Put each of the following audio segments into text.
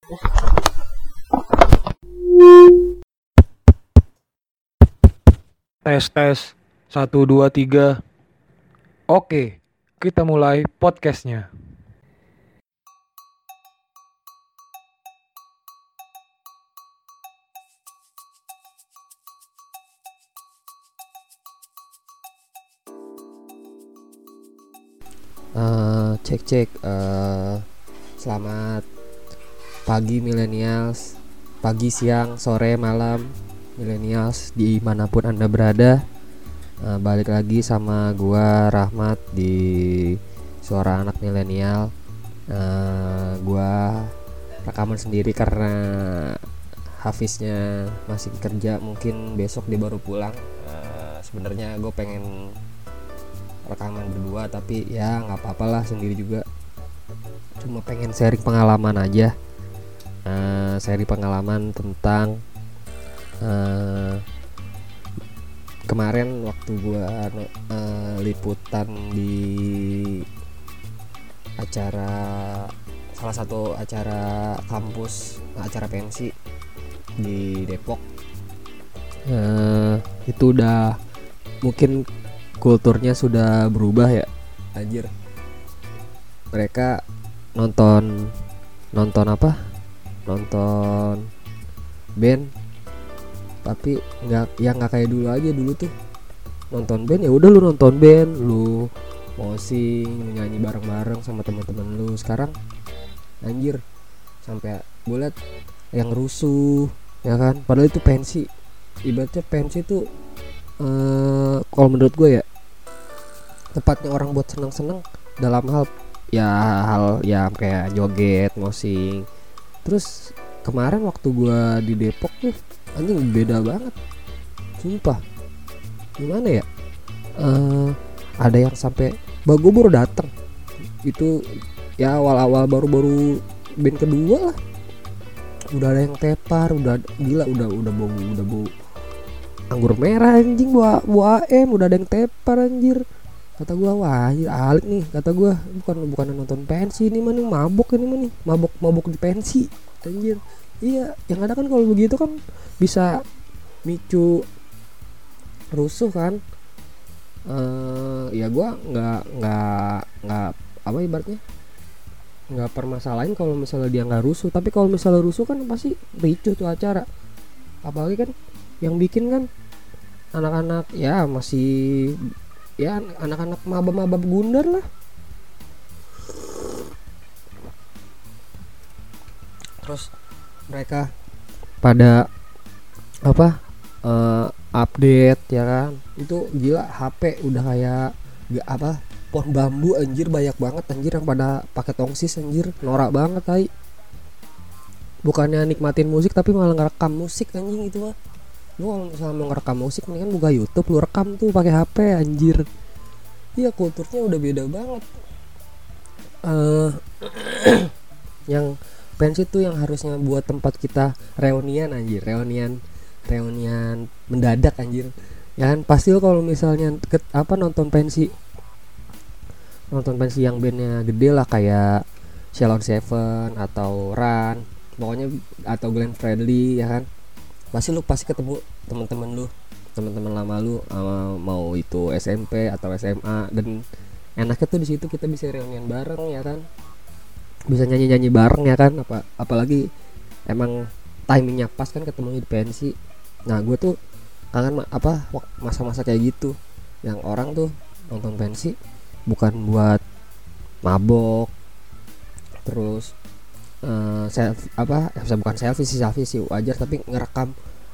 Tes tes 1 2 3. Oke, kita mulai podcastnya. Cek. Selamat pagi millennials, pagi, siang, sore, malam millennials dimanapun anda berada. Balik lagi sama gua Rahmat di Suara Anak Milenial. Gua rekaman sendiri karena Hafiznya masih kerja, mungkin besok dia baru pulang. Sebenarnya gue pengen rekaman berdua, tapi ya nggak apa-apa lah sendiri juga. Cuma pengen sharing pengalaman aja, sharing pengalaman tentang kemarin waktu gue liputan di salah satu acara kampus, acara pensi di Depok. Itu udah mungkin kulturnya sudah berubah ya, anjir. Mereka nonton band, tapi nggak kayak dulu aja. Dulu tuh nonton band ya udah, lu nonton band, lu posing, nyanyi bareng-bareng sama teman-teman lu. Sekarang anjir, sampai gue liat yang rusuh ya kan, padahal itu pensi. Ibaratnya pensi tuh kalau menurut gue ya tempatnya orang buat senang-senang dalam hal ya kayak joget, mosing. Terus kemarin waktu gue di Depok tuh anjing beda banget, sumpah. Gimana ya, ada yang sampai gue baru datang itu ya awal-awal baru band kedua lah, udah ada yang tepar, udah gila, udah bau anggur merah anjing, buah AM, udah ada yang tepar anjir. Kata gue, wah alik nih, kata gue, bukan nonton pensi ini mah, nih mabok di pensi anjir. Iya, yang ada kan kalau begitu kan bisa micu rusuh kan. Ya gue nggak apa ibaratnya, nggak permasalahin kalau misalnya dia nggak rusuh, tapi kalau misalnya rusuh kan pasti ricuh tuh acara. Apalagi kan yang bikin kan anak-anak ya, masih ya anak-anak maba gundar lah. Terus mereka pada update ya kan, itu gila, HP udah kayak pohon bambu anjir, banyak banget anjir yang pada pakai tongsis anjir, norak banget tai. Bukannya nikmatin musik tapi malah ngerekam musik anjing. Itu mah, lu kalau misalnya mau ngerekam musik mendingan buka YouTube, lu rekam tuh pakai HP anjir. Iya, kulturnya udah beda banget. Yang pensi tuh yang harusnya buat tempat kita reunian anjir, reunian mendadak anjir. Ya kan pasti lo kalau misalnya nonton pensi yang bandnya gede lah, kayak Sheila on 7 atau Run, pokoknya, atau Glenn Fredly ya kan, pasti ketemu teman-teman lama lu, mau itu SMP atau SMA. Dan enaknya tuh di situ kita bisa reunian bareng ya kan, bisa nyanyi bareng ya kan, apalagi emang timingnya pas kan ketemu di pensi. Nah gue tuh kangen masa-masa kayak gitu, yang orang tuh nonton pensi bukan buat mabok, terus bukan selfie sih wajar, tapi ngerekam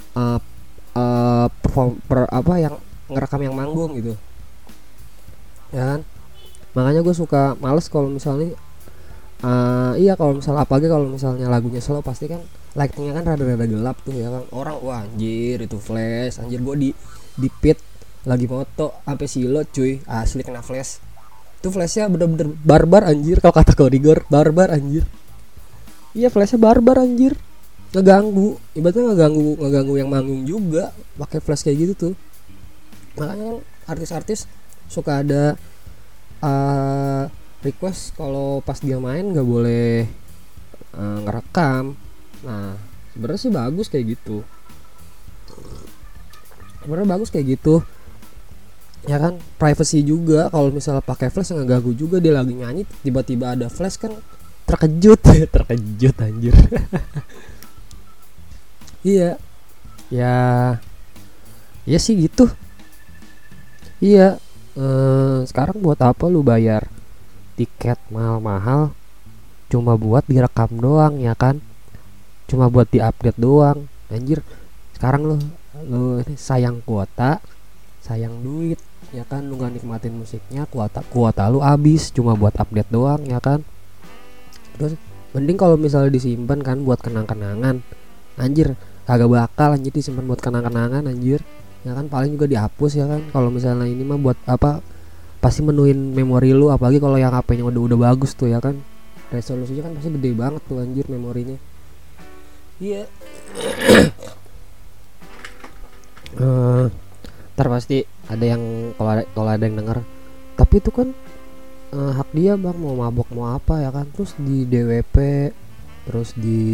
ngerekam yang manggung gitu ya kan. Makanya gue suka males kalau misalnya kalau misalnya apalagi kalau misalnya lagunya slow, pasti kan lightingnya kan rada-rada gelap tuh ya kan. Orang wah anjir itu flash anjir. Gue di pit lagi moto sampai silo cuy, asli kena flash. Itu flashnya bener-bener barbar anjir, kalau kata Korigor barbar anjir. Iya, flashnya barbar anjir, ngeganggu, ibaratnya ngeganggu yang manggung juga pakai flash kayak gitu tuh. Makanya kan artis-artis suka ada request kalau pas dia main nggak boleh ngerekam. Nah sebenarnya sih bagus kayak gitu, ya kan, privacy juga. Kalau misalnya pakai flash nggak ganggu juga, dia lagi nyanyi tiba-tiba ada flash kan terkejut terkejut anjir. Iya ya, ya sih gitu. Iya, sekarang buat apa lu bayar tiket mahal-mahal cuma buat direkam doang, ya kan, cuma buat diupdate doang anjir. Sekarang lu sayang kuota, sayang duit, ya kan, lu gak nikmatin musiknya, kuota lu habis cuma buat update doang, ya kan. Terus mending kalau misalnya disimpan kan buat kenang-kenangan, anjir kagak bakal anjir disimpan buat kenang-kenangan anjir, ya kan, paling juga dihapus, ya kan. Kalau misalnya ini mah buat apa, pasti menuin memori lu, apalagi kalau yang HP-nya udah bagus tuh, ya kan, resolusinya kan pasti gede banget tuh anjir memorinya. Iya. Ntar pasti ada yang, kalau ada yang denger, tapi itu kan hak dia bang, mau mabok mau apa, ya kan. Terus di DWP, terus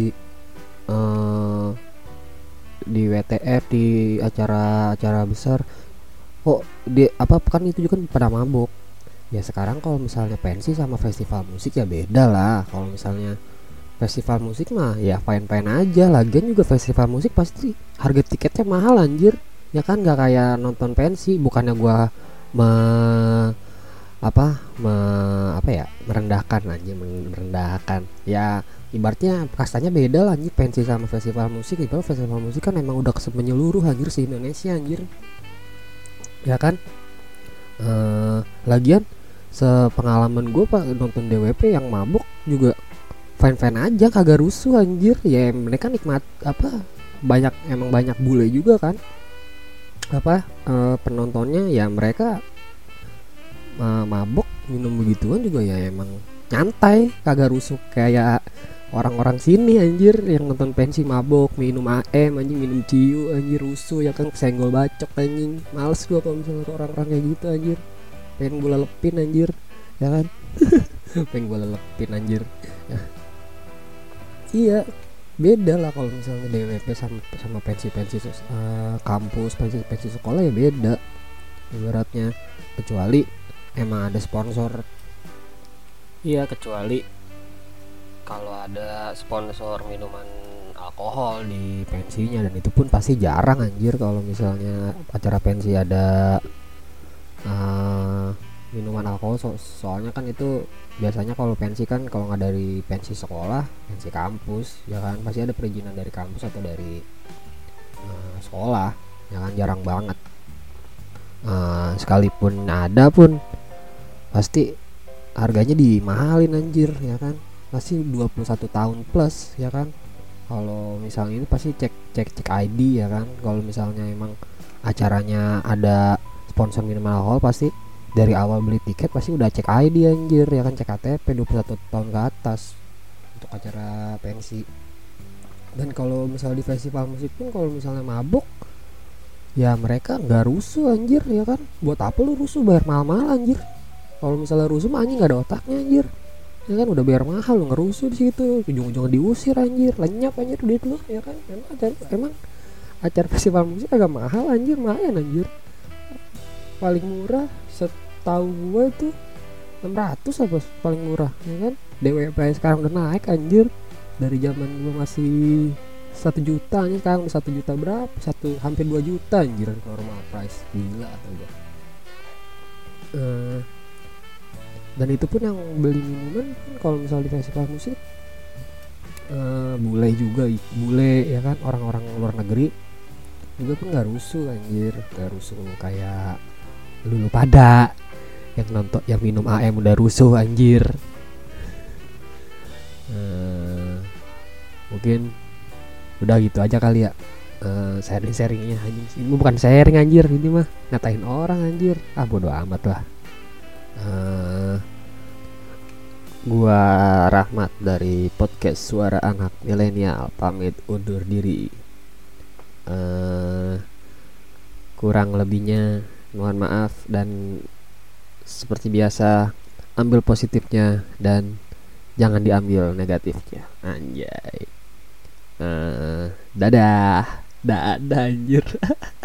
di WTF, di acara-acara besar, kok di apa kan itu juga kan pada mabok. Ya sekarang kalau misalnya pensi sama festival musik ya beda lah. Kalau misalnya festival musik mah ya fine-fine aja, lagian juga festival musik pasti harga tiketnya mahal anjir, ya kan, nggak kayak nonton pensi. Bukannya gua merendahkan anjir, merendahkan ya, ibaratnya kastanya beda lah anjir, pensi sama festival musik. Ibarat festival musik kan emang udah menyeluruh anjir se Indonesia anjir, ya kan. Lagian sepengalaman gue pak nonton DWP yang mabuk juga fine-fine aja, kagak rusuh anjir. Ya mereka nikmat apa, emang banyak bule juga kan, penontonnya ya, mereka mabok minum begituan juga ya emang nyantai, kagak rusuh kayak orang-orang sini anjir yang nonton pensi mabok minum AM anjing, minum ciu anjir, rusuh, ya kan, senggol bacok anjing. Males gua kalau misalnya orang-orang kayak gitu anjir, pengen gua lelepin anjir, ya kan. Pengen gua lelepin anjir ya. Iya beda lah kalau misalnya DWP sama pensi-pensi kampus, pensi sekolah ya beda ibaratnya, kecuali emang ada sponsor. Iya, kecuali kalau ada sponsor minuman alkohol di pensinya, dan itu pun pasti jarang anjir kalau misalnya acara pensi ada minuman alkohol. Soalnya kan itu biasanya kalau pensi kan, kalau nggak dari pensi sekolah, pensi kampus, ya kan, pasti ada perizinan dari kampus atau dari sekolah, ya kan, jarang banget. Sekalipun ada pun pasti harganya dimahalin anjir, ya kan, pasti 21 tahun plus, ya kan. Kalau misalnya ini pasti cek ID, ya kan. Kalau misalnya emang acaranya ada sponsor minuman alkohol, pasti dari awal beli tiket pasti udah cek ID anjir, ya kan, cek KTP 21 tahun ke atas untuk acara pensi. Dan kalau misalnya di festival musik pun, kalau misalnya mabuk ya mereka nggak rusuh anjir, ya kan. Buat apa lu rusuh bayar mahal-mahal anjir? Kalau misalnya rusuh mah anjing nggak ada otaknya anjir, ya kan, udah bayar mahal lu ngerusuh di situ, ujung-ujungnya diusir anjir, lenyap anjir duit lu, ya kan. Emang acara festival musik agak mahal anjir, lumayan anjir. Paling murah setahu gue tuh 600 apa paling murah, ya kan. DWP sekarang udah naik anjir, dari zaman gue masih 1 juta anjir, sekarang udah 1 juta berapa, hampir 2 juta anjir normal price, gila atau enggak. Dan itu pun yang beli minuman kan kalau misalnya di festival musik bule, ya kan, orang-orang luar negeri juga pun nggak rusuh anjir, nggak rusuh kayak lu pada yang nonton, yang minum AM udah rusuh anjir. Mungkin udah gitu aja kali ya, sharingnya anjing. Ini bukan sharing anjir, ini mah ngatain orang anjir, bodo amat lah. Gua Rahmat dari podcast Suara Anak Milenial pamit undur diri. Kurang lebihnya mohon maaf, dan seperti biasa ambil positifnya dan jangan diambil negatifnya anjay. Dadah dadah anjir.